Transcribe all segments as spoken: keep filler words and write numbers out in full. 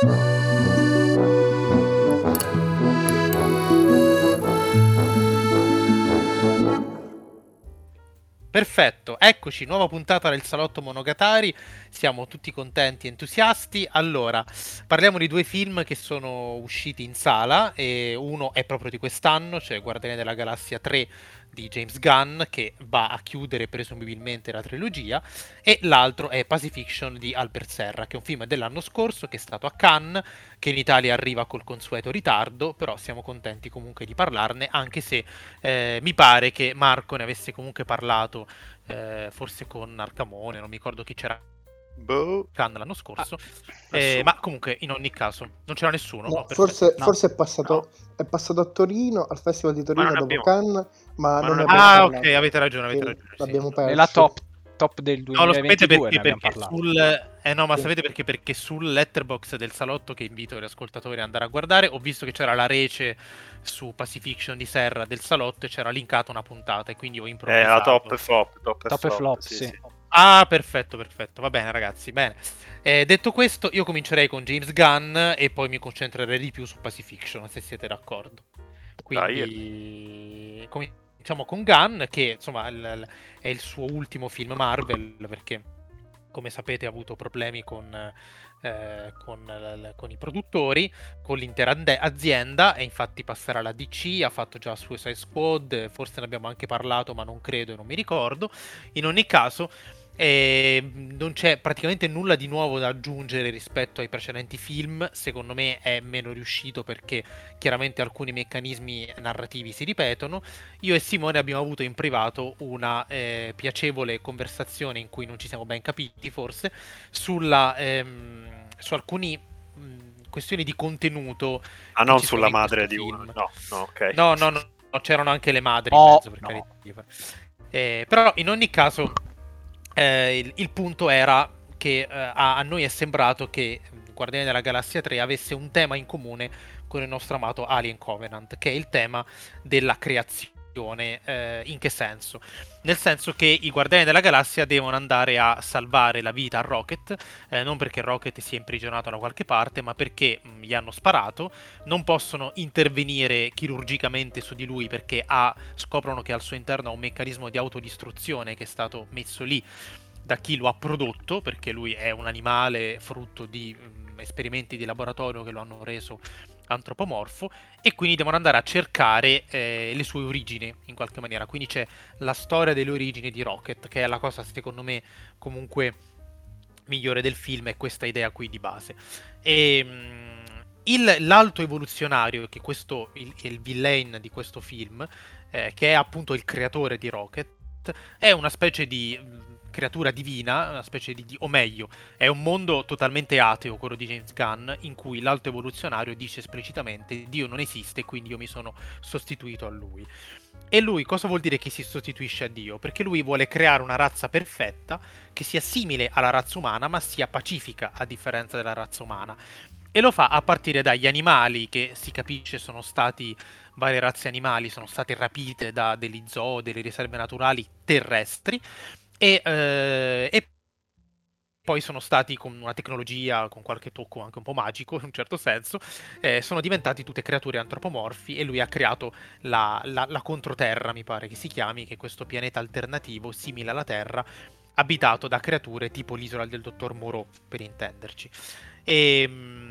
Perfetto, eccoci, nuova puntata del Salotto Monogatari, siamo tutti contenti e entusiasti. Allora, parliamo di due film che sono usciti in sala, e uno è proprio di quest'anno, cioè Guardiani della Galassia tre di James Gunn, che va a chiudere presumibilmente la trilogia, e l'altro è Pacifiction di Albert Serra, che è un film dell'anno scorso, che è stato a Cannes, che in Italia arriva col consueto ritardo, però siamo contenti comunque di parlarne, anche se eh, mi pare che Marco ne avesse comunque parlato, eh, forse con Arcamone, non mi ricordo chi c'era Boh. Cannes l'anno scorso, Ah, eh, ma comunque in ogni caso non c'era nessuno. No, Oh, forse, no. forse è, passato, No. è passato a Torino, al Festival di Torino non dopo abbiamo- Cannes, ma, ma non ne non abbiamo Ah, parlato. ok, avete ragione, avete Sì, ragione. sì. l'abbiamo perso. Nella top, top del No, lo sapete duemilaventidue perché, ne abbiamo perché parlato. sul eh no, ma Sì. sapete perché? Perché sul letterbox del salotto, che invito gli ascoltatori ad andare a guardare, ho visto che c'era la rece su Pacifiction di Serra del salotto e c'era linkata una puntata, e quindi ho Eh, improvvisato. la top e flop, top e Top e flop, flop, sì, sì. sì. Ah, perfetto, perfetto. Va bene, ragazzi, bene. Eh, detto questo, io comincerei con James Gunn e poi mi concentrerei di più su Pacifiction, se siete d'accordo. Quindi cominciamo con Gunn, che insomma il- il- è il suo ultimo film Marvel, perché come sapete ha avuto problemi con, eh, con, l- con i produttori, con l'intera ande- azienda, e infatti passerà alla D C, ha fatto già Suicide Squad, forse ne abbiamo anche parlato, ma non credo e non mi ricordo. In ogni caso, eh, non c'è praticamente nulla di nuovo da aggiungere rispetto ai precedenti film. Secondo me è meno riuscito perché chiaramente alcuni meccanismi narrativi si ripetono. Io e Simone abbiamo avuto in privato una eh, piacevole conversazione, in cui non ci siamo ben capiti forse, sulla, ehm, su alcuni mh, questioni di contenuto. Ah, che non ci sono sulla in madre questo di uno. film. No, no, ok. No, no, no, no, c'erano anche le madri in Oh, mezzo, per no. carità. Eh, però in ogni caso eh, il, il punto era che eh, a, a noi è sembrato che Guardiani della Galassia tre avesse un tema in comune con il nostro amato Alien Covenant, che è il tema della creazione. Eh, in che senso? Nel senso che i Guardiani della Galassia devono andare a salvare la vita a Rocket, eh, non perché Rocket sia imprigionato da qualche parte, ma perché mh, gli hanno sparato. Non possono intervenire chirurgicamente su di lui perché ha, scoprono che al suo interno ha un meccanismo di autodistruzione che è stato messo lì da chi lo ha prodotto, perché lui è un animale frutto di mh, esperimenti di laboratorio che lo hanno reso antropomorfo, e quindi devono andare a cercare eh, le sue origini in qualche maniera. Quindi c'è la storia delle origini di Rocket, che è la cosa secondo me comunque migliore del film, è questa idea qui di base. E mh, il, l'alto evoluzionario, che questo il, il villain di questo film, eh, che è appunto il creatore di Rocket, è una specie di mh, creatura divina, una specie di, di o meglio, è un mondo totalmente ateo, quello di James Gunn, in cui l'alto evoluzionario dice esplicitamente: Dio non esiste, quindi io mi sono sostituito a lui. E lui cosa vuol dire che si sostituisce a Dio? Perché lui vuole creare una razza perfetta che sia simile alla razza umana, ma sia pacifica a differenza della razza umana. E lo fa a partire dagli animali, che si capisce sono stati, varie razze animali sono state rapite da degli zoo, delle riserve naturali terrestri, e, eh, e poi sono stati, con una tecnologia, con qualche tocco anche un po' magico in un certo senso, eh, sono diventati tutte creature antropomorfi, e lui ha creato la, la, la Controterra, mi pare che si chiami, che è questo pianeta alternativo simile alla Terra, abitato da creature tipo l'isola del dottor Moreau, per intenderci. E,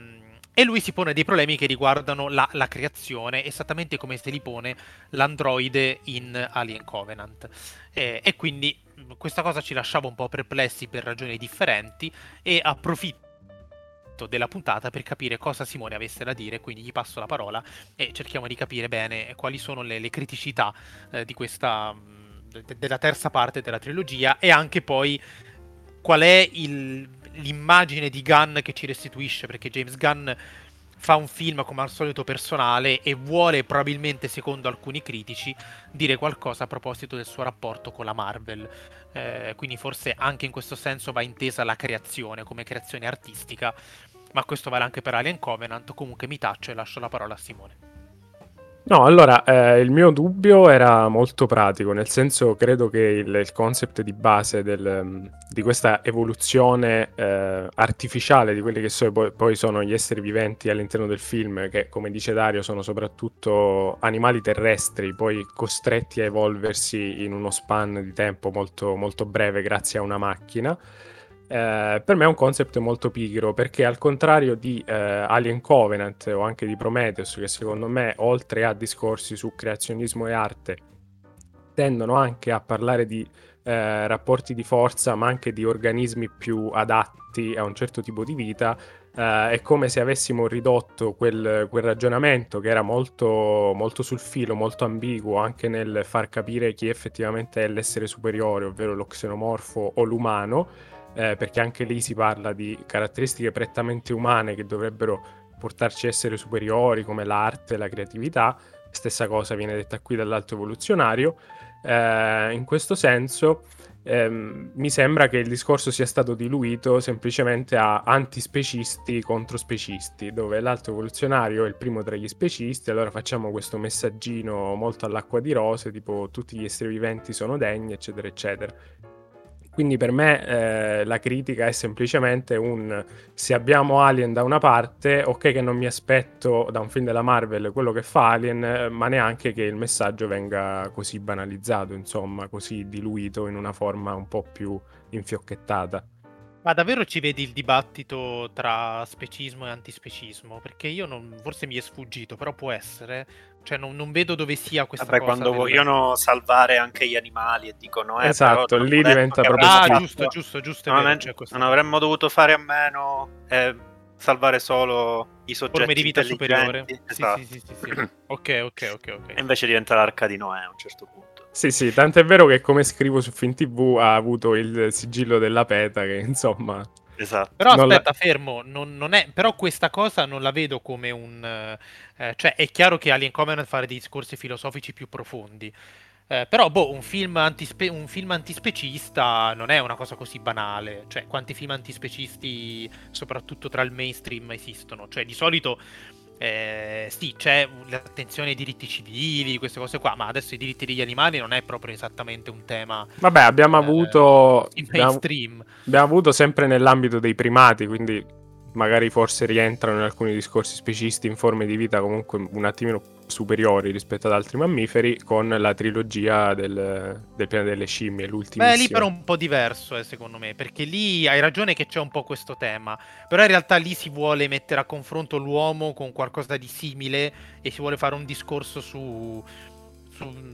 e lui si pone dei problemi che riguardano la, la creazione, esattamente come se li pone l'androide in Alien Covenant. E, e quindi questa cosa ci lasciava un po' perplessi per ragioni differenti, e approfitto della puntata per capire cosa Simone avesse da dire, quindi gli passo la parola e cerchiamo di capire bene quali sono le, le criticità eh, di questa de- della terza parte della trilogia, e anche poi qual è il, l'immagine di Gunn che ci restituisce, perché James Gunn fa un film come al solito personale e vuole, probabilmente secondo alcuni critici, dire qualcosa a proposito del suo rapporto con la Marvel. Eh, quindi forse anche in questo senso va intesa la creazione come creazione artistica, ma questo vale anche per Alien Covenant. Comunque mi taccio e lascio la parola a Simone. No, allora, eh, il mio dubbio era molto pratico, nel senso credo che il, il concept di base del, mm, di questa evoluzione eh, artificiale di quelli che so- poi, poi sono gli esseri viventi all'interno del film, che come dice Dario sono soprattutto animali terrestri, poi costretti a evolversi in uno span di tempo molto, molto breve grazie a una macchina. Eh, per me è un concept molto pigro, perché al contrario di eh, Alien Covenant o anche di Prometheus, che secondo me oltre a discorsi su creazionismo e arte tendono anche a parlare di eh, rapporti di forza, ma anche di organismi più adatti a un certo tipo di vita, eh, è come se avessimo ridotto quel, quel ragionamento che era molto, molto sul filo, molto ambiguo anche nel far capire chi effettivamente è l'essere superiore, ovvero lo xenomorfo o l'umano, eh, perché anche lì si parla di caratteristiche prettamente umane che dovrebbero portarci a essere superiori, come l'arte, la creatività. Stessa cosa viene detta qui dall'alto evoluzionario. Eh, in questo senso ehm, mi sembra che il discorso sia stato diluito semplicemente a antispecisti contro specisti, dove l'alto evoluzionario è il primo tra gli specisti, allora facciamo questo messaggino molto all'acqua di rose, tipo tutti gli esseri viventi sono degni, eccetera, eccetera. Quindi per me eh, la critica è semplicemente un: se abbiamo Alien da una parte, ok che non mi aspetto da un film della Marvel quello che fa Alien, eh, ma neanche che il messaggio venga così banalizzato, insomma, così diluito in una forma un po' più infiocchettata. Ma davvero ci vedi il dibattito tra specismo e antispecismo? Perché io non, forse mi è sfuggito, però può essere. Cioè non, non vedo dove sia questa Vabbè, cosa quando del- vogliono salvare anche gli animali e dicono eh, Esatto, però non lì abbiamo detto diventa che proprio avremmo Ah, scritto. giusto, giusto, giusto, è non, vero, è- c'è questo. non avremmo dovuto fare a meno eh, salvare solo i soggetti Forme di vita intelligenti. superiore. Sì, Esatto. sì, sì, sì, sì. Ok, ok, ok, ok. E invece diventa l'arca di Noè a un certo punto. Sì, sì, tant'è vero che come scrivo su FilmTV ha avuto il sigillo della PETA che insomma... Esatto. Però Non la- aspetta, fermo, non, non è, però questa cosa non la vedo come un... eh, cioè è chiaro che Alien Covenant fa dei discorsi filosofici più profondi, eh, però boh, un film, antispe- un film antispecista non è una cosa così banale, cioè quanti film antispecisti, soprattutto tra il mainstream, esistono? Cioè di solito... Eh, sì, c'è l'attenzione ai diritti civili, queste cose qua, ma adesso i diritti degli animali non è proprio esattamente un tema Vabbè, abbiamo eh, avuto... così abbiamo- mainstream. Abbiamo avuto sempre nell'ambito dei primati, quindi magari forse rientrano in alcuni discorsi specisti in forme di vita comunque un attimino superiori rispetto ad altri mammiferi, con la trilogia del, del pianeta delle scimmie, Beh, l'ultimissima. lì però è un po' diverso, eh, secondo me, perché lì hai ragione che c'è un po' questo tema, però in realtà lì si vuole mettere a confronto l'uomo con qualcosa di simile e si vuole fare un discorso su, su,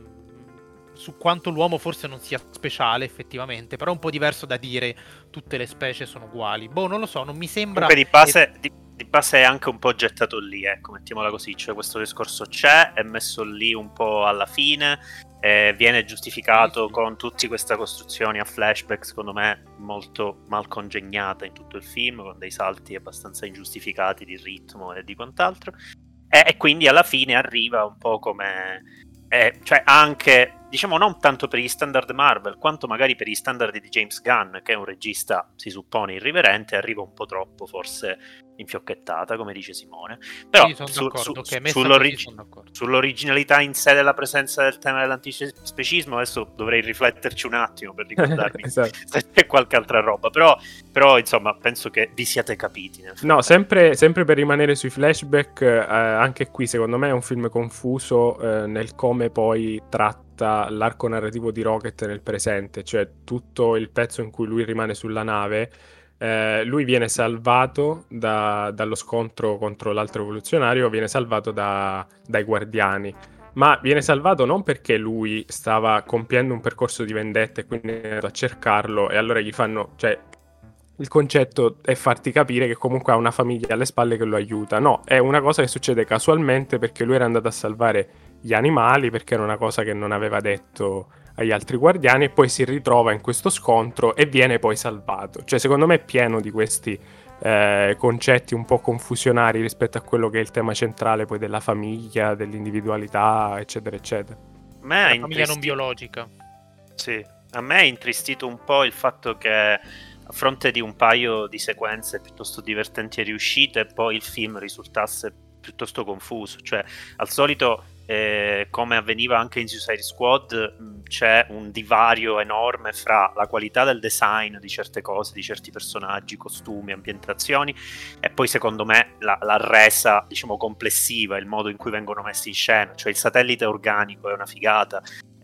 su quanto l'uomo forse non sia speciale effettivamente, però è un po' diverso da dire tutte le specie sono uguali. Boh, non lo so, non mi sembra... Comunque di base, di, di base è anche un po' gettato lì, ecco, mettiamola così, cioè questo discorso c'è, è messo lì un po' alla fine, eh, viene giustificato Sì, sì. con tutte queste costruzioni a flashback, secondo me molto mal congegnata in tutto il film, con dei salti abbastanza ingiustificati di ritmo e di quant'altro, e, e quindi alla fine arriva un po' come... Eh, cioè anche, diciamo, non tanto per gli standard Marvel, quanto magari per gli standard di James Gunn, che è un regista, si suppone, irriverente, arriva un po' troppo, forse infiocchettata, come dice Simone. Però Sì, sono su- d'accordo, su- ok, messa sull'ori- così sono d'accordo. sull'originalità in sé della presenza del tema dell'antispecismo, adesso dovrei rifletterci un attimo per ricordarmi Esatto. se c'è qualche altra roba, però, però insomma, penso che vi siate capiti. Nel No, frattempo. sempre, sempre per rimanere sui flashback, eh, anche qui secondo me è un film confuso eh, nel come poi tratta l'arco narrativo di Rocket nel presente, cioè tutto il pezzo in cui lui rimane sulla nave. Eh, lui viene salvato da- dallo scontro contro l'altro evoluzionario, viene salvato da- dai guardiani, ma viene salvato non perché lui stava compiendo un percorso di vendetta e quindi è andato a cercarlo e allora gli fanno, cioè il concetto è farti capire che comunque ha una famiglia alle spalle che lo aiuta. No, è una cosa che succede casualmente perché lui era andato a salvare gli animali, perché era una cosa che non aveva detto agli altri guardiani, e poi si ritrova in questo scontro e viene poi salvato. Cioè, secondo me è pieno di questi eh, concetti un po' confusionari rispetto a quello che è il tema centrale poi della famiglia, dell'individualità, eccetera, eccetera. A me ha La famiglia non intristito- biologica. Sì, a me è intristito un po' il fatto che a fronte di un paio di sequenze piuttosto divertenti e riuscite, poi il film risultasse piuttosto confuso. Cioè, al solito, eh, come avveniva anche in Suicide Squad, mh, c'è un divario enorme fra la qualità del design di certe cose, di certi personaggi, costumi, ambientazioni, e poi secondo me la, la resa, diciamo, complessiva, il modo in cui vengono messi in scena. Cioè, il satellite organico è una figata,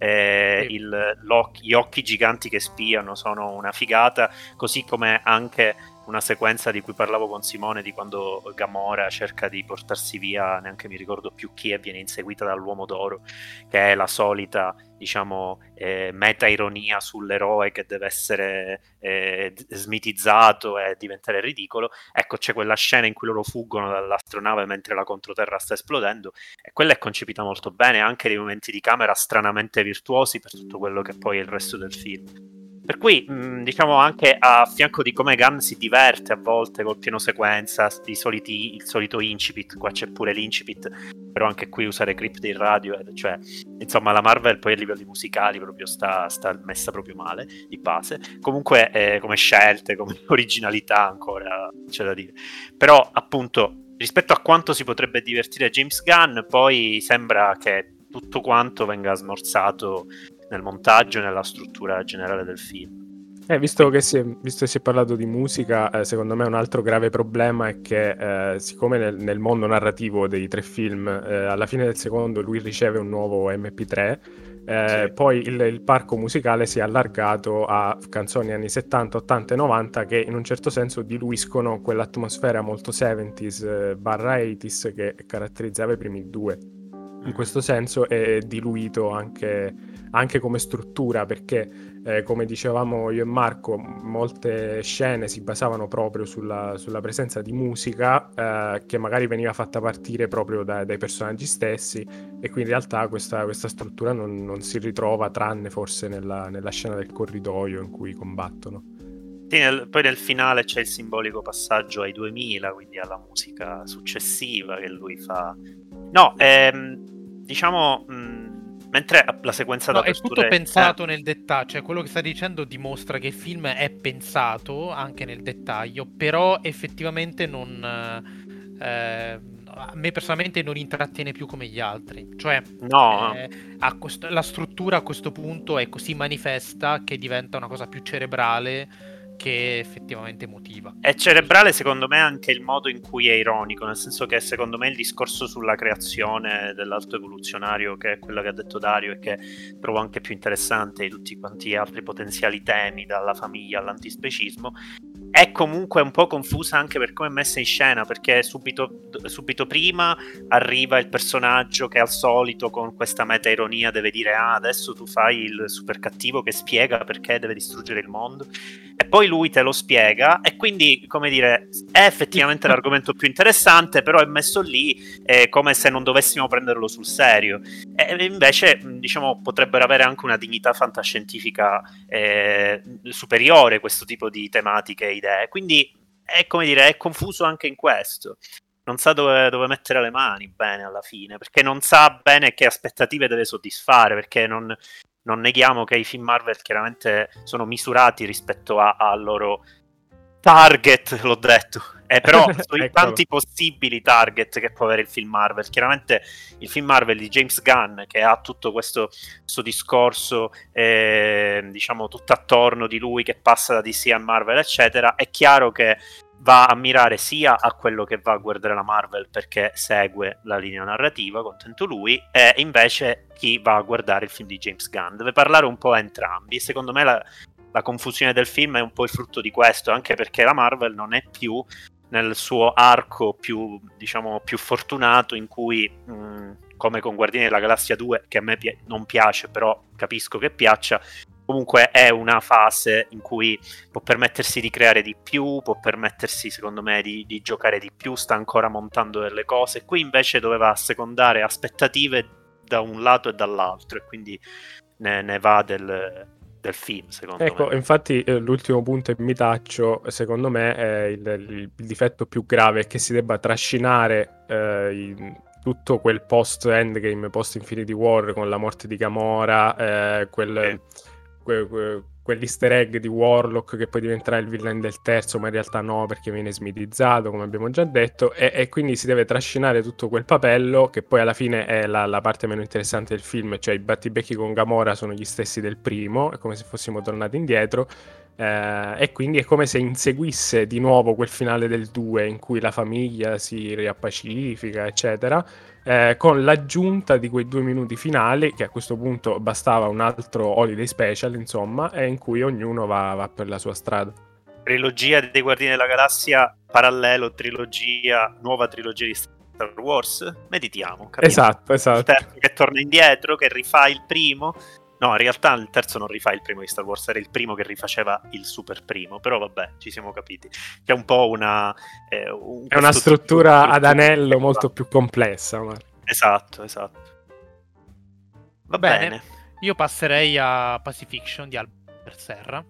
eh, Sì. il, gli occhi giganti che spiano sono una figata, così come anche una sequenza di cui parlavo con Simone, di quando Gamora cerca di portarsi via, neanche mi ricordo più chi, e viene inseguita dall'uomo d'oro, che è la solita, diciamo, eh, meta-ironia sull'eroe che deve essere eh, smitizzato e diventare ridicolo. Ecco, c'è quella scena in cui loro fuggono dall'astronave mentre la controterra sta esplodendo, e quella è concepita molto bene, anche dei momenti di camera stranamente virtuosi per tutto quello che poi è il resto del film. Per cui, mh, diciamo, anche a fianco di come Gunn si diverte a volte col piano sequenza, di soliti, il solito incipit, qua c'è pure l'incipit, però anche qui usare Crypt in radio, cioè, insomma, la Marvel poi a livelli musicali proprio sta, sta messa proprio male, di base. Comunque, eh, come scelte, come originalità ancora c'è da dire. Però, appunto, rispetto a quanto si potrebbe divertire James Gunn, poi sembra che tutto quanto venga smorzato nel montaggio e nella struttura generale del film. Eh, visto, che si è, visto che si è parlato di musica, eh, secondo me un altro grave problema è che eh, siccome nel, nel mondo narrativo dei tre film, eh, alla fine del secondo lui riceve un nuovo M P tre, eh, Sì. poi il, il parco musicale si è allargato a canzoni anni settanta, ottanta e novanta che in un certo senso diluiscono quell'atmosfera molto seventies eh, barra eighties che caratterizzava i primi due. In questo senso è diluito anche, anche come struttura, perché eh, come dicevamo io e Marco, molte scene si basavano proprio sulla, sulla presenza di musica eh, che magari veniva fatta partire proprio da, dai personaggi stessi, e quindi in realtà questa, questa struttura non, non si ritrova, tranne forse nella, nella scena del corridoio in cui combattono. Sì, nel, poi nel finale c'è il simbolico passaggio ai duemila, quindi alla musica successiva che lui fa. No, ehm, diciamo, mh, mentre la sequenza No, è d'apertura tutto pensato eh, nel dettaglio, cioè quello che sta dicendo dimostra che il film è pensato anche nel dettaglio, però effettivamente non... Eh, a me personalmente non intrattiene più come gli altri, cioè no, eh, a questo, la struttura a questo punto è così manifesta che diventa una cosa più cerebrale che effettivamente emotiva. è cerebrale secondo me anche il modo in cui è ironico, nel senso che secondo me il discorso sulla creazione dell'alto evoluzionario, che è quello che ha detto Dario e che trovo anche più interessante di tutti quanti altri potenziali temi, dalla famiglia all'antispecismo, è comunque un po' confusa anche per come è messa in scena, perché subito, subito prima arriva il personaggio che al solito con questa meta ironia deve dire ah adesso tu fai il super cattivo che spiega perché deve distruggere il mondo, e poi lui te lo spiega, e quindi, come dire, è effettivamente l'argomento più interessante, però è messo lì eh, come se non dovessimo prenderlo sul serio, e invece diciamo potrebbero avere anche una dignità fantascientifica eh, superiore questo tipo di tematiche e idee, quindi è, come dire, è confuso anche in questo, non sa dove, dove mettere le mani bene alla fine, perché non sa bene che aspettative deve soddisfare, perché non Non neghiamo che i film Marvel chiaramente sono misurati rispetto a- al loro target, l'ho detto, eh, però sui Eccolo. tanti possibili target che può avere il film Marvel. Chiaramente il film Marvel di James Gunn, che ha tutto questo, questo discorso, eh, diciamo, tutto attorno di lui che passa da D C a Marvel, eccetera, è chiaro che va a mirare sia a quello che va a guardare la Marvel perché segue la linea narrativa, contento lui, e invece chi va a guardare il film di James Gunn deve parlare un po' a entrambi. Secondo me la, la confusione del film è un po' il frutto di questo, anche perché la Marvel non è più nel suo arco più, diciamo, più fortunato, in cui mh, come con Guardiani della Galassia due, che a me pi- non piace, però capisco che piaccia, comunque è una fase in cui può permettersi di creare di più, può permettersi secondo me di, di giocare di più, sta ancora montando delle cose. Qui invece doveva assecondare aspettative da un lato e dall'altro, e quindi ne, ne va del, del film, secondo ecco, me. infatti eh, l'ultimo punto che mi taccio, secondo me è il, il, il difetto più grave, è che si debba trascinare eh, il, tutto quel post Endgame, post Infinity War, con la morte di Gamora, eh, quel... Sì. Que, que, quell'easter egg di Warlock che poi diventerà il villain del terzo, ma in realtà no, perché viene smitizzato, come abbiamo già detto, e, e quindi si deve trascinare tutto quel papello, che poi alla fine è la, la parte meno interessante del film, cioè i battibecchi con Gamora sono gli stessi del primo, è come se fossimo tornati indietro, eh, e quindi è come se inseguisse di nuovo quel finale del due in cui la famiglia si riappacifica, eccetera, eh, con l'aggiunta di quei due minuti finali, che a questo punto bastava un altro holiday special, insomma, e in cui ognuno va, va per la sua strada. Trilogia dei Guardiani della Galassia, parallelo, trilogia, nuova trilogia di Star Wars, meditiamo, capiamo. Esatto, esatto. Il terzo che torna indietro, che rifà il primo. No, in realtà il terzo non rifà il primo di Star Wars, era il primo che rifaceva il super primo, però vabbè, ci siamo capiti. C'è un po' una... Eh, un, è una struttura ad anello molto più complessa. Ma... Esatto, esatto. Va bene. bene. Io passerei a Pacifiction di Albert Serra.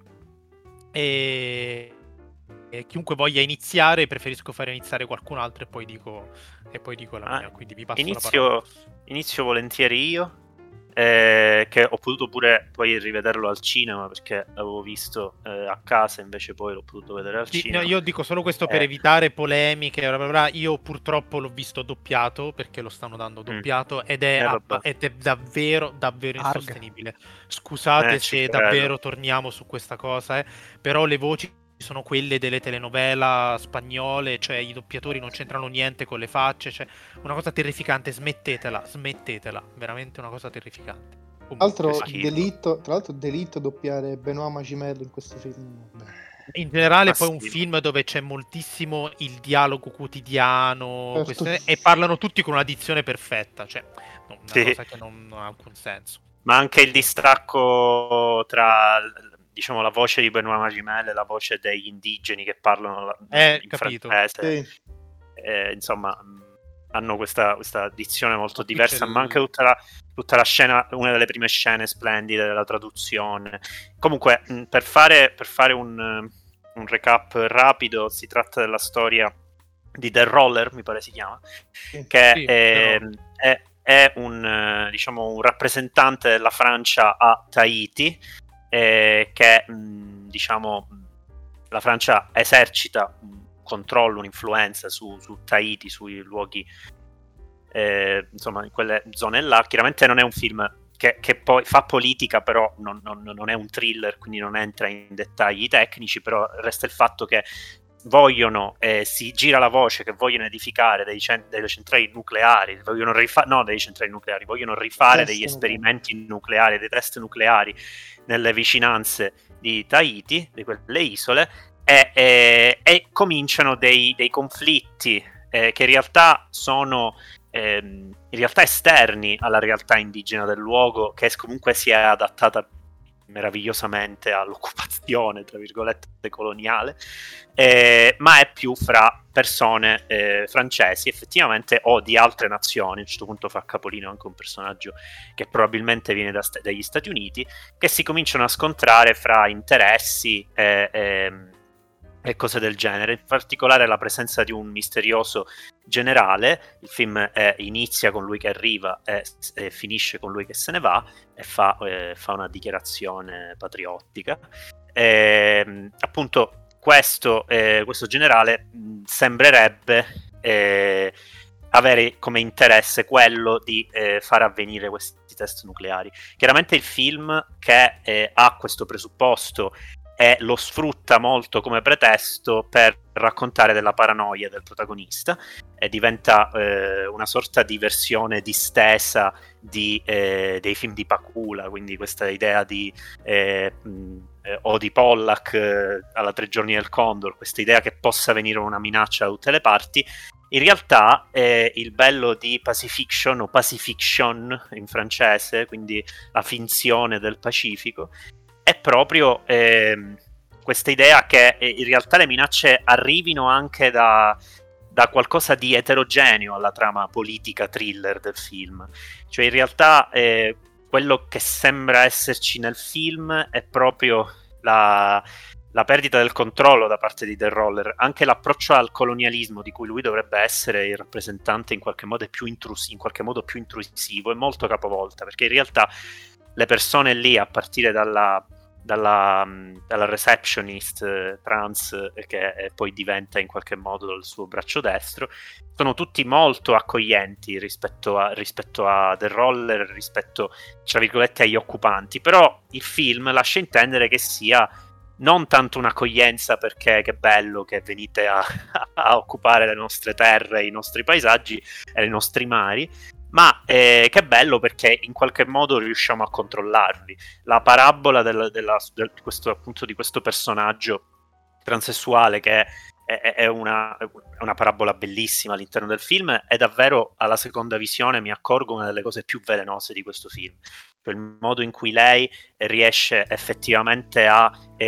E... e chiunque voglia iniziare, preferisco fare iniziare qualcun altro e poi dico, e poi dico la mia, ah, quindi vi passo inizio, la parola. Inizio volentieri io. Eh, che ho potuto pure poi rivederlo al cinema perché l'avevo visto eh, a casa, invece poi l'ho potuto vedere al Sì, cinema. no, io dico solo questo per eh. evitare polemiche, bla bla bla. Io purtroppo l'ho visto doppiato perché lo stanno dando doppiato mm. ed, è eh, app- ed è davvero davvero Arga. insostenibile. Scusate eh, se davvero torniamo su questa cosa, eh, però le voci sono quelle delle telenovela spagnole, cioè i doppiatori non c'entrano niente con le facce, cioè una cosa terrificante, smettetela, smettetela, veramente una cosa terrificante. Tra l'altro, schifo. delitto, tra l'altro delitto doppiare Benoît Magimel in questo film. In generale Ma poi sì. un film dove c'è moltissimo il dialogo quotidiano, Certo. queste- e parlano tutti con una dizione perfetta, cioè no, una Sì. cosa che non, non ha alcun senso. Ma anche il distacco tra, diciamo, la voce di Benoît Magimel e la voce degli indigeni che parlano la- Eh, in capito. francese, Sì. eh, insomma, hanno questa, questa dizione molto Ma qui diversa, c'è ma il- anche tutta la, tutta la scena, una delle prime scene splendide della traduzione. Comunque, mh, per fare, per fare un, un recap rapido, si tratta della storia di The Roller, mi pare si chiama, che Sì, è, però- è, è un, eh, diciamo, un rappresentante della Francia a Tahiti, eh, che mh, diciamo la Francia esercita un controllo, un'influenza su, su Tahiti, sui luoghi, eh, insomma, in quelle zone là. Chiaramente non è un film che, che poi fa politica, però non, non, non è un thriller, quindi non entra in dettagli tecnici, però resta il fatto che vogliono, eh, si gira la voce che vogliono edificare dei cent- delle centrali nucleari, vogliono rifare, no, dei centrali nucleari, vogliono rifare Test degli nucleari. esperimenti nucleari, dei test nucleari nelle vicinanze di Tahiti, di quelle isole, e, e, e cominciano dei, dei conflitti eh, che in realtà sono ehm, in realtà esterni alla realtà indigena del luogo, che comunque si è adattata meravigliosamente all'occupazione, tra virgolette, coloniale, eh, ma è più fra persone eh, francesi effettivamente o di altre nazioni. A un certo punto fa capolino anche un personaggio che probabilmente viene da st- dagli Stati Uniti, che si cominciano a scontrare fra interessi e, e, e cose del genere, in particolare la presenza di un misterioso generale. Il film eh, inizia con lui che arriva e, e finisce con lui che se ne va e fa, eh, fa una dichiarazione patriottica. E, appunto questo, eh, questo generale mh, sembrerebbe eh, avere come interesse quello di eh, far avvenire questi test nucleari. Chiaramente il film, che eh, ha questo presupposto e lo sfrutta molto come pretesto per raccontare della paranoia del protagonista, e diventa eh, una sorta di versione distesa di, eh, dei film di Pakula, quindi questa idea di eh, mh, eh, o di Pollack eh, alla Tre giorni del Condor, questa idea che possa venire una minaccia da tutte le parti. In realtà eh, il bello di Pacifiction, o Pacifiction in francese, quindi la finzione del Pacifico, è proprio eh, questa idea che eh, in realtà le minacce arrivino anche da, da qualcosa di eterogeneo alla trama politica thriller del film. Cioè in realtà eh, quello che sembra esserci nel film è proprio la, la perdita del controllo da parte di The Roller, anche l'approccio al colonialismo di cui lui dovrebbe essere il rappresentante in qualche modo più, intrus- in qualche modo più intrusivo, è molto capovolta, perché in realtà le persone lì, a partire dalla dalla, dalla receptionist eh, trans eh, che eh, poi diventa in qualche modo il suo braccio destro, sono tutti molto accoglienti rispetto a, rispetto a The Roller, rispetto, tra virgolette, agli occupanti, però il film lascia intendere che sia non tanto un'accoglienza perché che bello che venite a, a occupare le nostre terre, i nostri paesaggi e i nostri mari, ma eh, che bello perché in qualche modo riusciamo a controllarli. La parabola del, della, del, questo, appunto, di questo personaggio transessuale che è, è, una, è una parabola bellissima all'interno del film, è davvero, alla seconda visione mi accorgo, una delle cose più velenose di questo film. Cioè, il modo in cui lei riesce effettivamente a,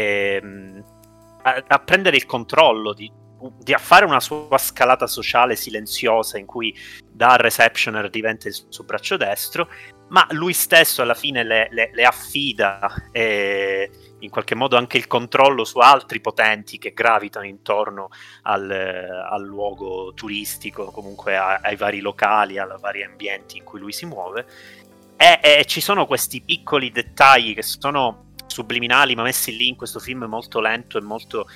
ehm, a, a prendere il controllo di, di a fare una sua scalata sociale silenziosa in cui da receptioner diventa il suo braccio destro, ma lui stesso alla fine le, le, le affida e in qualche modo anche il controllo su altri potenti che gravitano intorno al, al luogo turistico, comunque a, ai vari locali, ai vari ambienti in cui lui si muove. E, e ci sono questi piccoli dettagli che sono subliminali ma messi lì in questo film molto lento e molto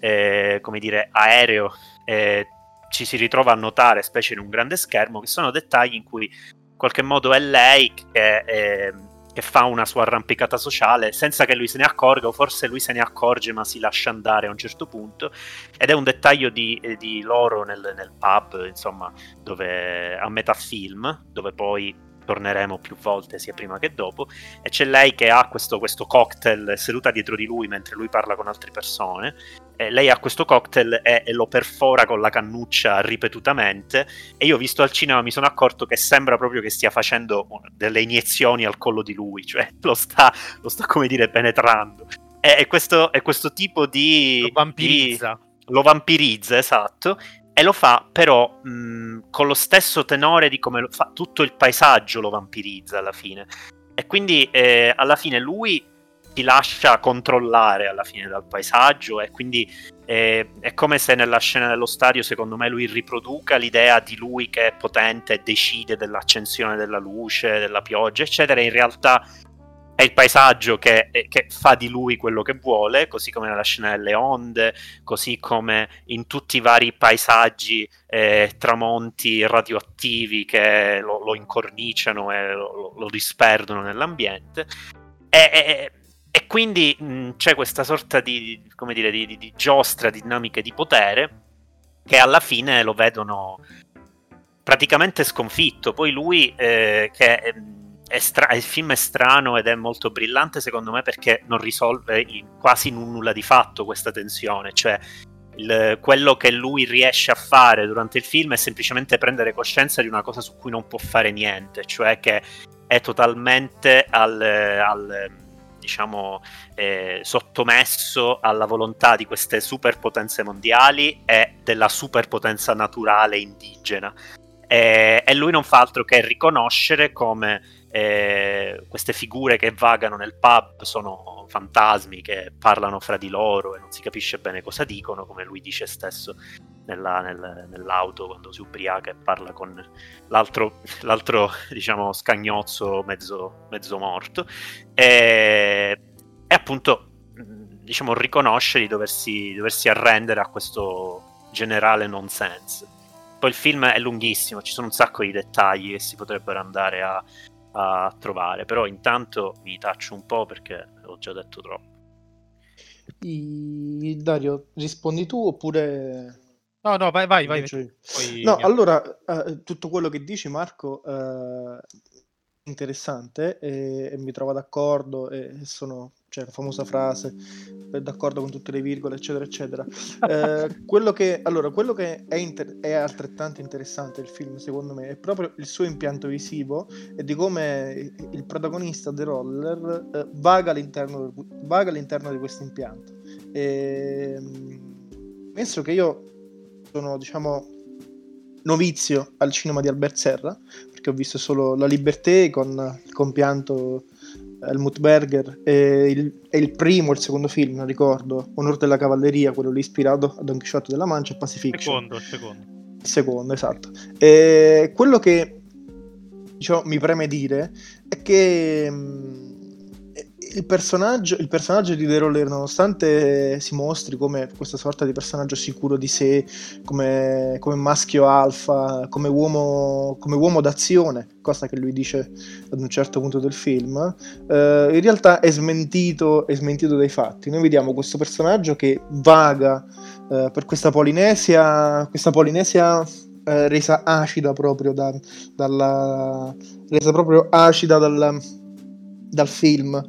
eh, come dire aereo, eh, ci si ritrova a notare, specie in un grande schermo, che sono dettagli in cui in qualche modo è lei che, eh, che fa una sua arrampicata sociale senza che lui se ne accorga, o forse lui se ne accorge ma si lascia andare a un certo punto, ed è un dettaglio di, di loro nel, nel pub, insomma, dove a metà film, dove poi torneremo più volte sia prima che dopo, e c'è lei che ha questo, questo cocktail seduta dietro di lui mentre lui parla con altre persone, e lei ha questo cocktail e, e lo perfora con la cannuccia ripetutamente, e io visto al cinema mi sono accorto che sembra proprio che stia facendo delle iniezioni al collo di lui, cioè lo sta, lo sta come dire penetrando, e, e, questo, e questo tipo di... Lo vampirizza. Di, lo vampirizza, esatto. E lo fa però mh, con lo stesso tenore di come lo fa tutto il paesaggio, lo vampirizza alla fine. E quindi eh, alla fine lui ti lascia controllare alla fine dal paesaggio, e quindi eh, è come se nella scena dello stadio, secondo me, lui riproduca l'idea di lui che è potente e decide dell'accensione della luce, della pioggia, eccetera. In realtà è il paesaggio che, che fa di lui quello che vuole, così come nella scena delle onde, così come in tutti i vari paesaggi, eh, tramonti radioattivi che lo, lo incorniciano e lo, lo disperdono nell'ambiente. E, e, e quindi mh, c'è questa sorta di, come dire, di, di, di giostra, dinamiche di potere che alla fine lo vedono praticamente sconfitto. Poi lui eh, che... È stra- il film è strano ed è molto brillante secondo me perché non risolve in, quasi in un nulla di fatto questa tensione, cioè il, quello che lui riesce a fare durante il film è semplicemente prendere coscienza di una cosa su cui non può fare niente, cioè che è totalmente al, al diciamo eh, sottomesso alla volontà di queste superpotenze mondiali e della superpotenza naturale indigena, e, e lui non fa altro che riconoscere come Eh, queste figure che vagano nel pub sono fantasmi che parlano fra di loro e non si capisce bene cosa dicono, come lui dice stesso nella, nel, nell'auto quando si ubriaca e parla con l'altro, l'altro diciamo scagnozzo mezzo, mezzo morto, e, e appunto diciamo riconosce di doversi, doversi arrendere a questo generale nonsense. Poi il film è lunghissimo, ci sono un sacco di dettagli che si potrebbero andare a a trovare, però intanto mi taccio un po' perché ho già detto troppo. I... Dario, rispondi tu oppure... No, no, vai, vai, vai. Poi no, allora, eh, tutto quello che dici, Marco, eh, interessante e, e mi trovo d'accordo e sono, cioè, la famosa frase, è d'accordo con tutte le virgole, eccetera, eccetera. Eh, quello che, allora, quello che è, inter- è altrettanto interessante del film, secondo me, è proprio il suo impianto visivo e di come il protagonista, The Roller, eh, vaga, all'interno, vaga all'interno di questo impianto. E, penso che io sono, diciamo, novizio al cinema di Albert Serra, perché ho visto solo La Liberté con il compianto Helmut Berger e il, e il primo, il secondo film, non ricordo, Onor della Cavalleria, quello lì ispirato a Don Chisciotte della Mancia e Pacifiction. Secondo, secondo. Il secondo, esatto. E quello che, diciamo, mi preme dire è che mh, il personaggio, il personaggio di The Roller, nonostante si mostri come questa sorta di personaggio sicuro di sé, come, come maschio alfa, come uomo, come uomo d'azione, cosa che lui dice ad un certo punto del film, eh, in realtà è smentito, è smentito dai fatti. Noi vediamo questo personaggio che vaga eh, per questa Polinesia, questa Polinesia eh, resa acida proprio da, dalla resa proprio acida dal, dal film,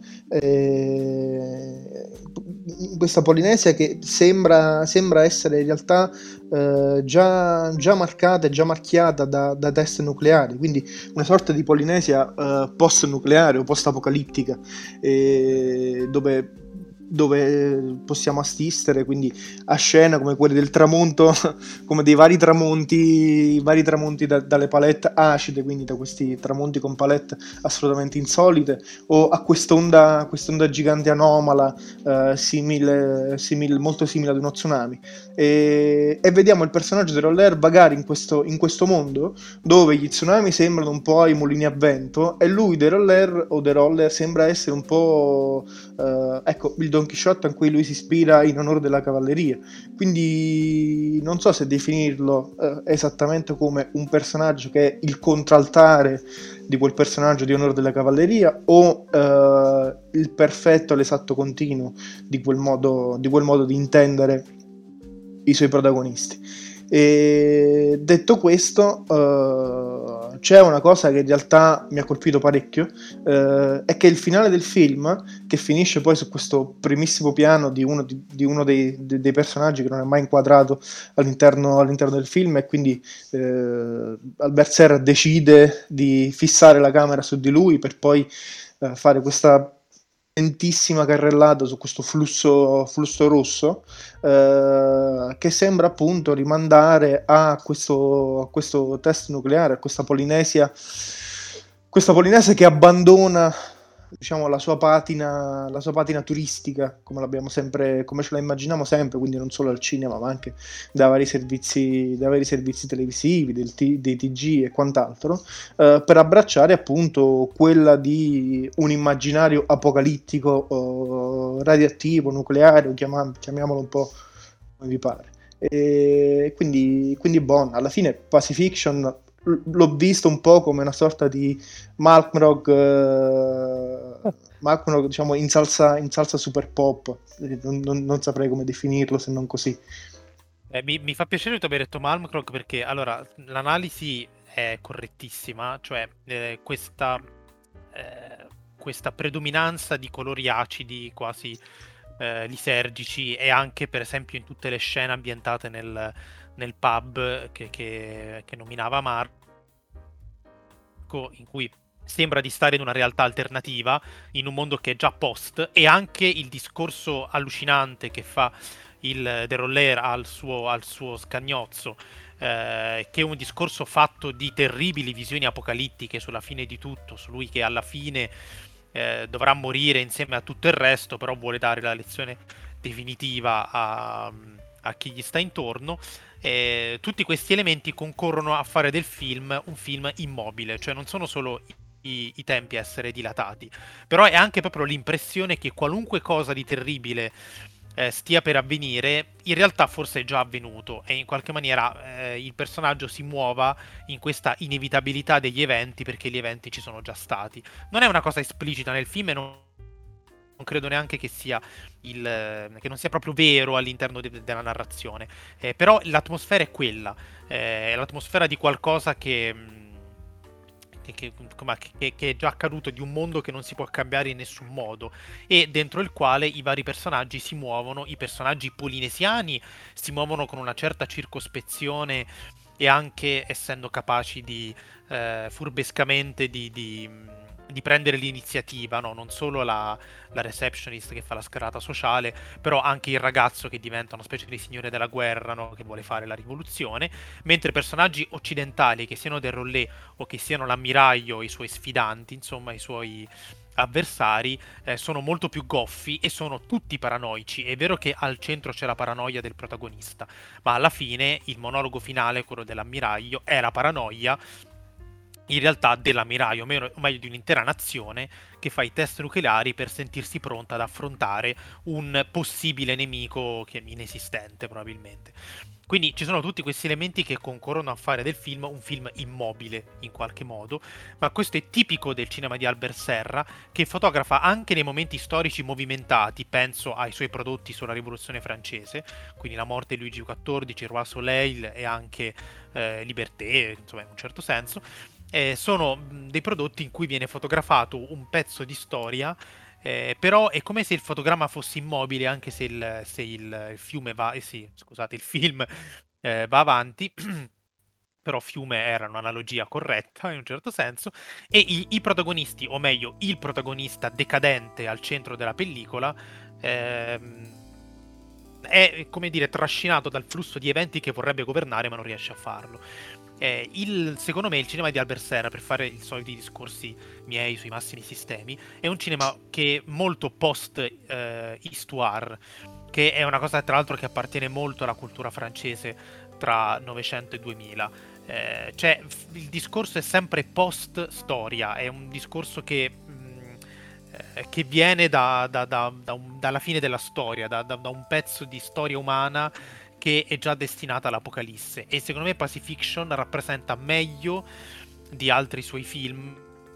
eh, questa Polinesia che sembra, sembra essere in realtà eh, già, già marcata e già marchiata da, da test nucleari, quindi una sorta di Polinesia eh, post-nucleare o post-apocalittica, eh, dove dove possiamo assistere quindi a scene come quelle del tramonto, come dei vari tramonti, vari tramonti da, dalle palette acide, quindi da questi tramonti con palette assolutamente insolite, o a quest'onda, quest'onda gigante anomala, eh, simile, simile, molto simile ad uno tsunami. E, e vediamo il personaggio di Roller vagare in questo, in questo mondo dove gli tsunami sembrano un po' i mulini a vento, e lui, The Roller, o The Roller, sembra essere un po' eh, ecco, il Don Chisciotte a cui lui si ispira in onore della cavalleria. Quindi non so se definirlo eh, esattamente come un personaggio che è il contraltare di quel personaggio di onore della cavalleria, o eh, il perfetto, l'esatto continuo di quel modo di, quel modo di intendere i suoi protagonisti. E detto questo, uh, c'è una cosa che in realtà mi ha colpito parecchio, uh, è che il finale del film, che finisce poi su questo primissimo piano di uno, di, di uno dei, de, dei personaggi che non è mai inquadrato all'interno, all'interno del film, e quindi uh, Albert Serra decide di fissare la camera su di lui per poi uh, fare questa lentissima carrellata su questo flusso, flusso rosso, eh, che sembra appunto rimandare a questo, a questo test nucleare, a questa Polinesia, questa Polinesia che abbandona, diciamo, la sua patina, la sua patina turistica, come l'abbiamo sempre, come ce la immaginiamo sempre, quindi non solo al cinema, ma anche da vari servizi, da vari servizi televisivi, del T, dei T G e quant'altro, eh, per abbracciare appunto quella di un immaginario apocalittico, eh, radioattivo, nucleare, chiam- chiamiamolo un po' come vi pare. E quindi, quindi bon, alla fine Pacifiction l'ho visto un po' come una sorta di Malmrog, eh, Malmrog, diciamo, in salsa, in salsa super pop, non, non, non saprei come definirlo se non così. Eh, mi, mi fa piacere che tu abbia detto Malmrog, perché allora l'analisi è correttissima, cioè eh, questa, eh, questa predominanza di colori acidi quasi eh, lisergici, e anche per esempio in tutte le scene ambientate nel, nel pub che, che, che nominava Marco, in cui sembra di stare in una realtà alternativa, in un mondo che è già post, e anche il discorso allucinante che fa il The Roller al suo, al suo scagnozzo, eh, che è un discorso fatto di terribili visioni apocalittiche sulla fine di tutto, su lui che alla fine eh, dovrà morire insieme a tutto il resto, però vuole dare la lezione definitiva a, a chi gli sta intorno. Eh, tutti questi elementi concorrono a fare del film un film immobile, cioè non sono solo i, i tempi a essere dilatati, però è anche proprio l'impressione che qualunque cosa di terribile eh, stia per avvenire, in realtà forse è già avvenuto, e in qualche maniera eh, il personaggio si muova in questa inevitabilità degli eventi, perché gli eventi ci sono già stati. Non è una cosa esplicita nel film, e non non credo neanche che sia il che non sia proprio vero all'interno de- della narrazione, eh, però l'atmosfera è quella, eh, è l'atmosfera di qualcosa che, che, che, che, che è già accaduto, di un mondo che non si può cambiare in nessun modo, e dentro il quale i vari personaggi si muovono, i personaggi polinesiani si muovono con una certa circospezione, e anche essendo capaci di eh, furbescamente di, di di prendere l'iniziativa, no? Non solo la, la receptionist che fa la scarata sociale, però anche il ragazzo che diventa una specie di signore della guerra, no? Che vuole fare la rivoluzione, mentre personaggi occidentali, che siano del Rollé o che siano l'ammiraglio, i suoi sfidanti, insomma i suoi avversari, eh, sono molto più goffi e sono tutti paranoici. È vero che al centro c'è la paranoia del protagonista, ma alla fine il monologo finale, quello dell'ammiraglio, è la paranoia in realtà dell'ammiraglio, o meno- o meglio di un'intera nazione che fa i test nucleari per sentirsi pronta ad affrontare un possibile nemico che è inesistente probabilmente. Quindi ci sono tutti questi elementi che concorrono a fare del film un film immobile in qualche modo, ma questo è tipico del cinema di Albert Serra, che fotografa anche nei momenti storici movimentati, penso ai suoi prodotti sulla Rivoluzione francese, quindi la morte di Luigi quattordici, Roi Soleil e anche eh, Liberté, insomma in un certo senso. Eh, sono mh, dei prodotti in cui viene fotografato un pezzo di storia, eh, però è come se il fotogramma fosse immobile, anche se il, se il, il fiume va, eh sì, scusate, il film eh, va avanti. Però fiume era un'analogia corretta in un certo senso, e i, i protagonisti, o meglio il protagonista decadente al centro della pellicola, ehm, è, come dire, trascinato dal flusso di eventi che vorrebbe governare ma non riesce a farlo. Eh, il, secondo me il cinema di Albert Serra, per fare i soliti discorsi miei sui massimi sistemi, è un cinema che è molto post-histoire, eh, che è una cosa tra l'altro che appartiene molto alla cultura francese tra Novecento e duemila. Eh, cioè il discorso è sempre post-storia, è un discorso che che viene da, da, da, da un, dalla fine della storia, da, da, da un pezzo di storia umana che è già destinata all'apocalisse. E secondo me Pacifiction rappresenta meglio di altri suoi film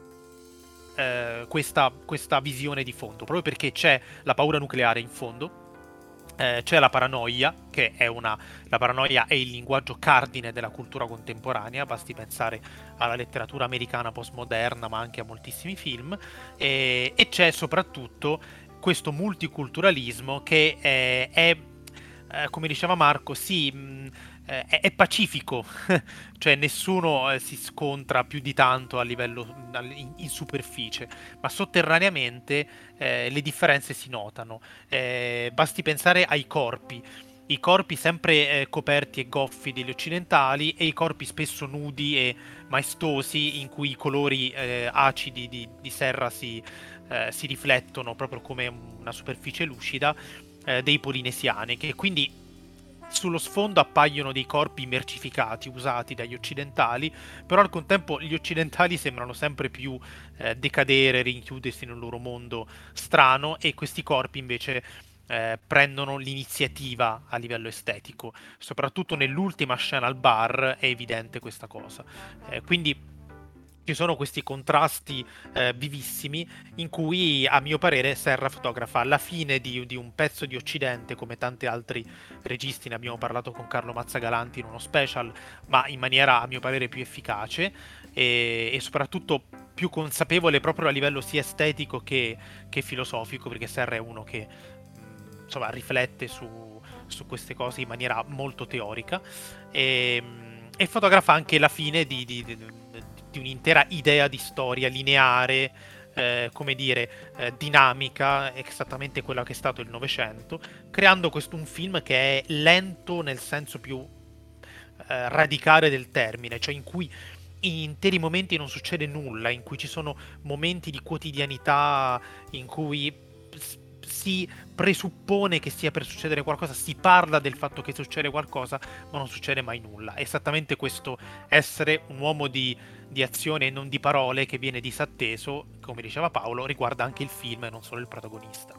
eh, questa, questa visione di fondo, proprio perché c'è la paura nucleare in fondo. Eh, c'è la paranoia, che è una... La paranoia è il linguaggio cardine della cultura contemporanea, basti pensare alla letteratura americana postmoderna, ma anche a moltissimi film, e, e c'è soprattutto questo multiculturalismo che è, è eh, come diceva Marco, sì, mh, è, è pacifico, cioè nessuno eh, si scontra più di tanto a livello in, in superficie, ma sotterraneamente eh, le differenze si notano. Eh, basti pensare ai corpi. I corpi sempre eh, coperti e goffi degli occidentali, e i corpi spesso nudi e maestosi, in cui i colori eh, acidi di, di Serra si, eh, si riflettono proprio come una superficie lucida, eh, dei polinesiani, che quindi sullo sfondo appaiono dei corpi mercificati usati dagli occidentali, però al contempo gli occidentali sembrano sempre più eh, decadere, rinchiudersi nel loro mondo strano, e questi corpi invece eh, prendono l'iniziativa a livello estetico. Soprattutto nell'ultima scena al bar è evidente questa cosa. Eh, quindi ci sono questi contrasti eh, vivissimi, in cui a mio parere Serra fotografa la fine di, di un pezzo di Occidente, come tanti altri registi, ne abbiamo parlato con Carlo Mazzagalanti in uno special, ma in maniera a mio parere più efficace e, e soprattutto più consapevole proprio a livello sia estetico che, che filosofico, perché Serra è uno che mh, insomma riflette su, su queste cose in maniera molto teorica, e, e fotografa anche la fine di, di, di, di un'intera idea di storia lineare, eh, come dire, eh, dinamica, esattamente quella che è stato il Novecento, creando questo un film che è lento nel senso più eh, radicale del termine, cioè in cui in interi momenti non succede nulla, in cui ci sono momenti di quotidianità in cui si presuppone che stia per succedere qualcosa, si parla del fatto che succede qualcosa, ma non succede mai nulla. È esattamente questo essere un uomo di, di azione e non di parole che viene disatteso, come diceva Paolo, riguarda anche il film e non solo il protagonista.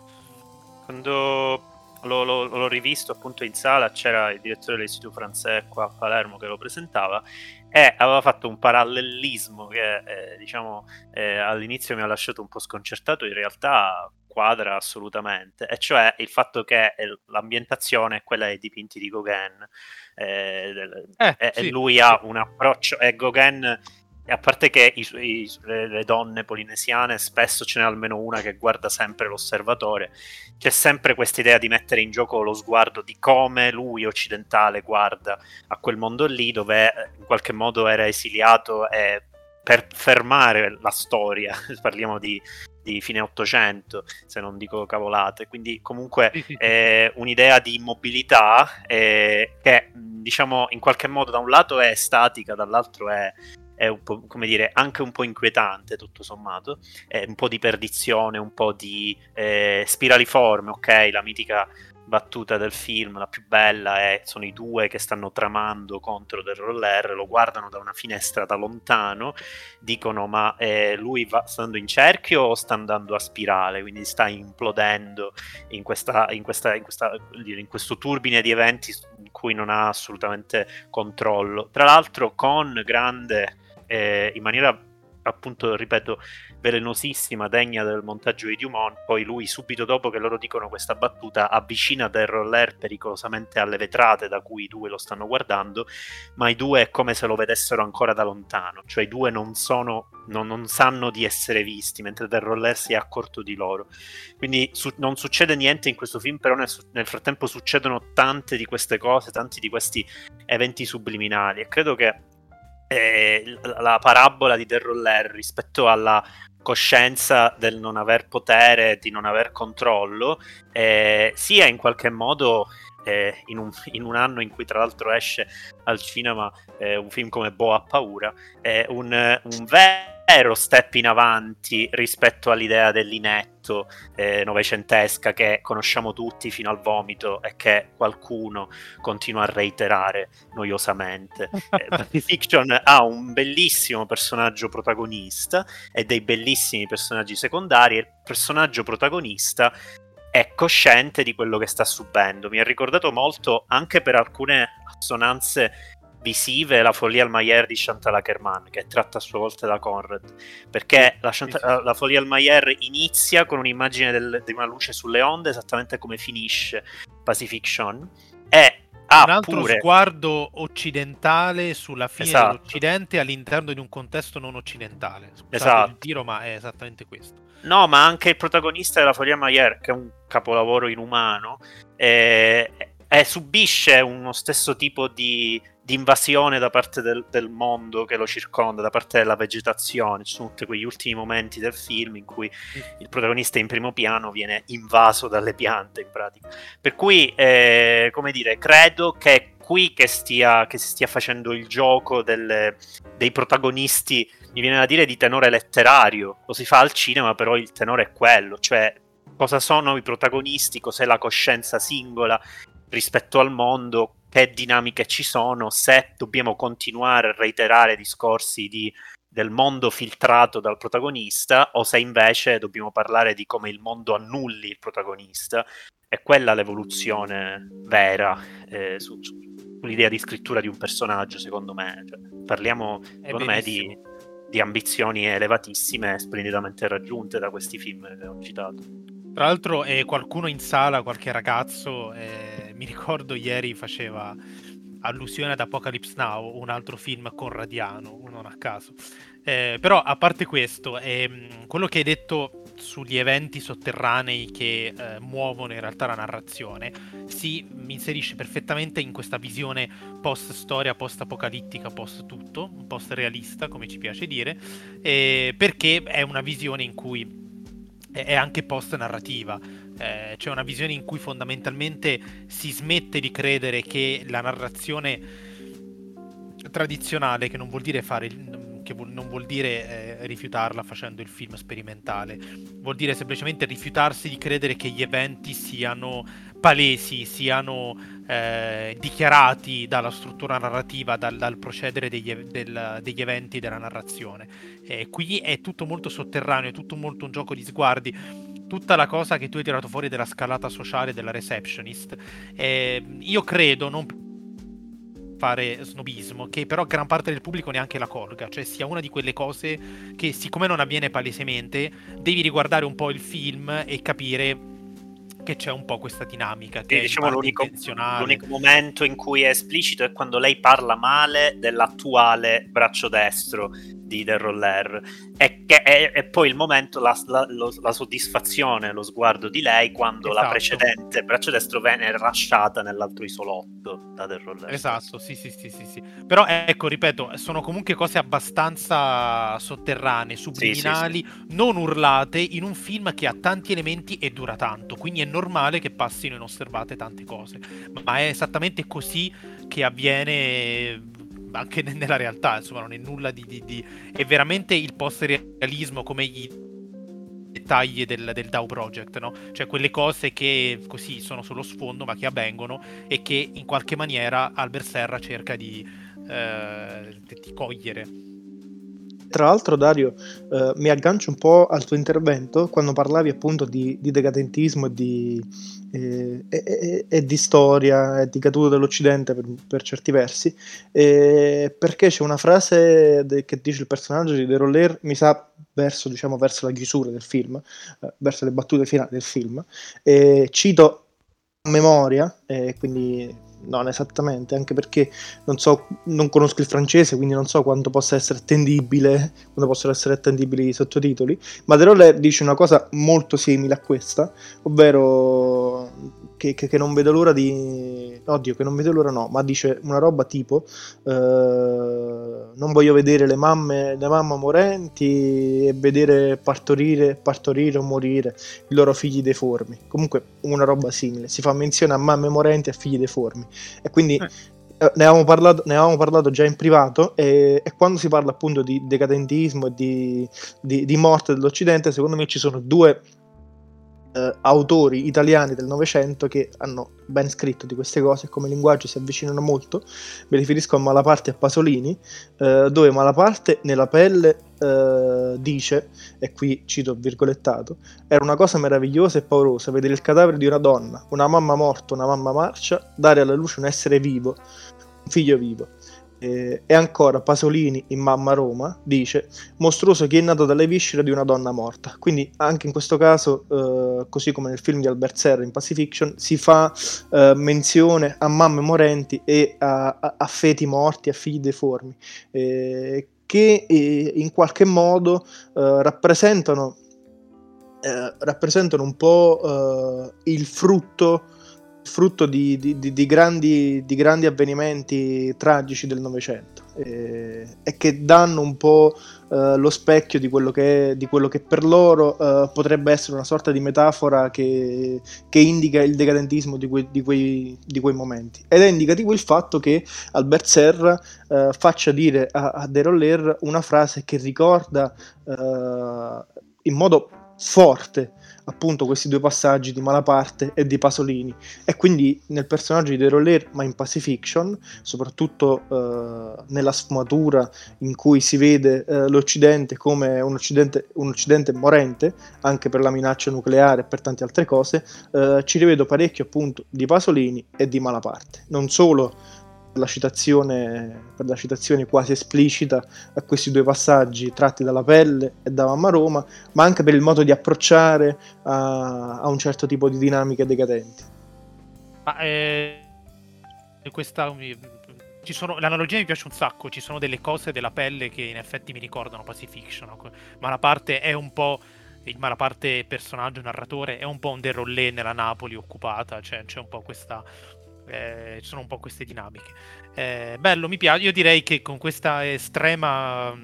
Quando l'ho, l'ho, l'ho rivisto appunto in sala, c'era il direttore dell'Istituto Français qua a Palermo che lo presentava, e aveva fatto un parallelismo che eh, diciamo eh, all'inizio mi ha lasciato un po' sconcertato, in realtà quadra assolutamente, e cioè il fatto che l'ambientazione è quella dei dipinti di Gauguin, eh, eh, e, sì, e lui ha un approccio, e Gauguin, a parte che i, i, le donne polinesiane spesso ce n'è almeno una che guarda sempre l'osservatore, c'è sempre questa idea di mettere in gioco lo sguardo di come lui occidentale guarda a quel mondo lì, dove in qualche modo era esiliato, e per fermare la storia parliamo di, di fine Ottocento, se non dico cavolate, quindi comunque sì, sì, è un'idea di immobilità eh, che diciamo in qualche modo da un lato è statica, dall'altro è è un po', come dire, anche un po' inquietante tutto sommato, è un po' di perdizione, un po' di eh, spiraliforme, ok, la mitica battuta del film, la più bella, è sono i due che stanno tramando contro del roller, lo guardano da una finestra da lontano, dicono ma eh, lui va, sta andando in cerchio o sta andando a spirale, quindi sta implodendo in questa in questa in questa in questo turbine di eventi in cui non ha assolutamente controllo, tra l'altro con grande eh, in maniera appunto, ripeto, velenosissima, degna del montaggio di Dumont. Poi lui, subito dopo che loro dicono questa battuta, avvicina del roller pericolosamente alle vetrate da cui i due lo stanno guardando, ma i due è come se lo vedessero ancora da lontano, cioè i due non sono non, non sanno di essere visti, mentre del roller si è accorto di loro. Quindi su, non succede niente in questo film, però nel, nel frattempo succedono tante di queste cose, tanti di questi eventi subliminali, e credo che Eh, la parabola di Del Roller rispetto alla coscienza del non aver potere, di non aver controllo, eh, sia in qualche modo eh, in, un, in un anno in cui tra l'altro esce al cinema eh, un film come Bo ha paura, è un, un vero step in avanti rispetto all'idea dell'inetto eh, novecentesca che conosciamo tutti fino al vomito e che qualcuno continua a reiterare noiosamente. eh, Pulp Fiction ha un bellissimo personaggio protagonista e dei bellissimi personaggi secondari, e il personaggio protagonista è cosciente di quello che sta subendo. Mi ha ricordato molto, anche per alcune assonanze visive, La follia al Maier di Chantal Akerman, che è tratta a sua volta da Conrad, perché la, Chantal, sì, sì. La follia al Maier inizia con un'immagine del, di una luce sulle onde, esattamente come finisce Pacifiction, e ha un altro pure sguardo occidentale sulla fine esatto. dell'Occidente all'interno di un contesto non occidentale. Scusate esatto. il tiro, ma è esattamente questo. No, ma anche il protagonista della Follia Maier, che è un capolavoro inumano, eh, eh, subisce uno stesso tipo di, di invasione da parte del, del mondo che lo circonda, da parte della vegetazione. Ci sono tutti quegli ultimi momenti del film in cui il protagonista in primo piano viene invaso dalle piante, in pratica. Per cui, eh, come dire, credo che è qui che stia, che si stia facendo il gioco delle, dei protagonisti, mi viene da dire di tenore letterario. Lo si fa al cinema, però il tenore è quello, cioè cosa sono i protagonisti, cos'è la coscienza singola rispetto al mondo, che dinamiche ci sono, se dobbiamo continuare a reiterare discorsi di, del mondo filtrato dal protagonista, o se invece dobbiamo parlare di come il mondo annulli il protagonista. È quella l'evoluzione vera eh, su, su, sull'idea di scrittura di un personaggio, secondo me. Cioè, parliamo, secondo me, di, di ambizioni elevatissime, splendidamente raggiunte da questi film che ho citato. Tra l'altro eh, qualcuno in sala, qualche ragazzo, eh, mi ricordo ieri faceva allusione ad Apocalypse Now, un altro film conradiano, non a caso. Eh, però a parte questo, ehm, quello che hai detto sugli eventi sotterranei che eh, muovono in realtà la narrazione si inserisce perfettamente in questa visione post-storia, post-apocalittica, post-tutto, post-realista, come ci piace dire, eh, perché è una visione in cui è anche post-narrativa. Eh, c'è una visione in cui fondamentalmente si smette di credere che la narrazione tradizionale, che non vuol dire fare il, che vuol, non vuol dire eh, rifiutarla facendo il film sperimentale, vuol dire semplicemente rifiutarsi di credere che gli eventi siano palesi, siano eh, dichiarati dalla struttura narrativa, dal, dal procedere degli, del, degli eventi della narrazione. Eh, qui è tutto molto sotterraneo, è tutto molto un gioco di sguardi. Tutta la cosa che tu hai tirato fuori della scalata sociale della receptionist, eh, io credo, non fare snobismo, che però gran parte del pubblico neanche la colga, cioè sia una di quelle cose che, siccome non avviene palesemente, devi riguardare un po' il film e capire che c'è un po' questa dinamica che sì, diciamo è l'unico, intenzionale. L'unico momento in cui è esplicito è quando lei parla male dell'attuale braccio destro di Del Roller, e che è, è poi il momento, la, la, lo, la soddisfazione, lo sguardo di lei quando esatto. la precedente braccio destro viene rasciata nell'altro isolotto da Del Roller. Esatto, sì, sì, sì, sì, sì. Però ecco, ripeto, sono comunque cose abbastanza sotterranee, subliminali, sì, sì, sì. non urlate, in un film che ha tanti elementi e dura tanto, quindi è normale che passino inosservate tante cose, ma è esattamente così che avviene anche nella realtà, insomma, non è nulla di, di, di... è veramente il post-realismo, come gli dettagli del, del D A O Project, no? Cioè quelle cose che così sono sullo sfondo ma che avvengono e che in qualche maniera Albert Serra cerca di, eh, di cogliere. Tra l'altro, Dario, eh, mi aggancio un po' al tuo intervento quando parlavi appunto di, di decadentismo e di, eh, e, e, e di storia e di caduta dell'Occidente per, per certi versi, eh, perché c'è una frase de, che dice il personaggio di De Roller, mi sa verso, diciamo, verso la chiusura del film, eh, verso le battute finali del film, e cito a memoria, e quindi non esattamente, anche perché non so, non conosco il francese, quindi non so quanto possa essere attendibile, quando possono essere attendibili i sottotitoli, ma De Roller dice una cosa molto simile a questa, ovvero che, che, che non vedo l'ora di... oddio, che non vedo l'ora no, ma dice una roba tipo eh, non voglio vedere le mamme, le mamme morenti e vedere partorire, partorire o morire i loro figli deformi. Comunque una roba simile, si fa menzione a mamme morenti e a figli deformi. E quindi eh. ne, avevamo parlato, ne avevamo parlato già in privato e, e quando si parla appunto di decadentismo e di, di, di morte dell'Occidente, secondo me ci sono due eh, autori italiani del Novecento che hanno ben scritto di queste cose e come linguaggio si avvicinano molto. Mi riferisco a Malaparte e a Pasolini, eh, dove Malaparte nella pelle eh, dice, e qui cito virgolettato, era una cosa meravigliosa e paurosa vedere il cadavere di una donna, una mamma morta, una mamma marcia, dare alla luce un essere vivo, un figlio vivo. Eh, e ancora Pasolini in Mamma Roma dice mostruoso chi è nato dalle viscere di una donna morta. Quindi anche in questo caso, eh, così come nel film di Albert Serra in Pacifiction, si fa eh, menzione a mamme morenti e a, a, a feti morti, a figli deformi, eh, che eh, in qualche modo eh, rappresentano eh, rappresentano un po' eh, il frutto frutto di, di, di, di, grandi, di grandi avvenimenti tragici del Novecento eh, e che danno un po' eh, lo specchio di quello che, è, di quello che per loro eh, potrebbe essere una sorta di metafora che, che indica il decadentismo di quei, di, quei, di quei momenti. Ed è indicativo il fatto che Albert Serra eh, faccia dire a, a De Roller una frase che ricorda eh, in modo forte appunto questi due passaggi di Malaparte e di Pasolini, e quindi nel personaggio di De Roller, ma in Pacifiction, soprattutto eh, nella sfumatura in cui si vede eh, l'Occidente come un Occidente, un Occidente morente, anche per la minaccia nucleare e per tante altre cose, eh, ci rivedo parecchio appunto di Pasolini e di Malaparte, non solo per la citazione, per la citazione quasi esplicita a questi due passaggi tratti dalla pelle e da Mamma Roma, ma anche per il modo di approcciare a, a un certo tipo di dinamiche decadenti. Ma eh, questa ci sono, l'analogia mi piace un sacco, ci sono delle cose della pelle che in effetti mi ricordano Pacifiction, no? Malaparte è un po' il Malaparte personaggio narratore è un po' un De Roller nella Napoli occupata, cioè c'è un po' questa Eh, ci sono un po' queste dinamiche. Eh, bello, mi piace. Io direi che con questa estrema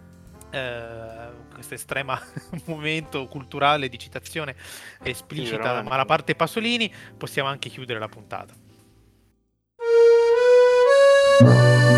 eh, questo estrema momento culturale di citazione esplicita, ma la parte Pasolini, possiamo anche chiudere la puntata.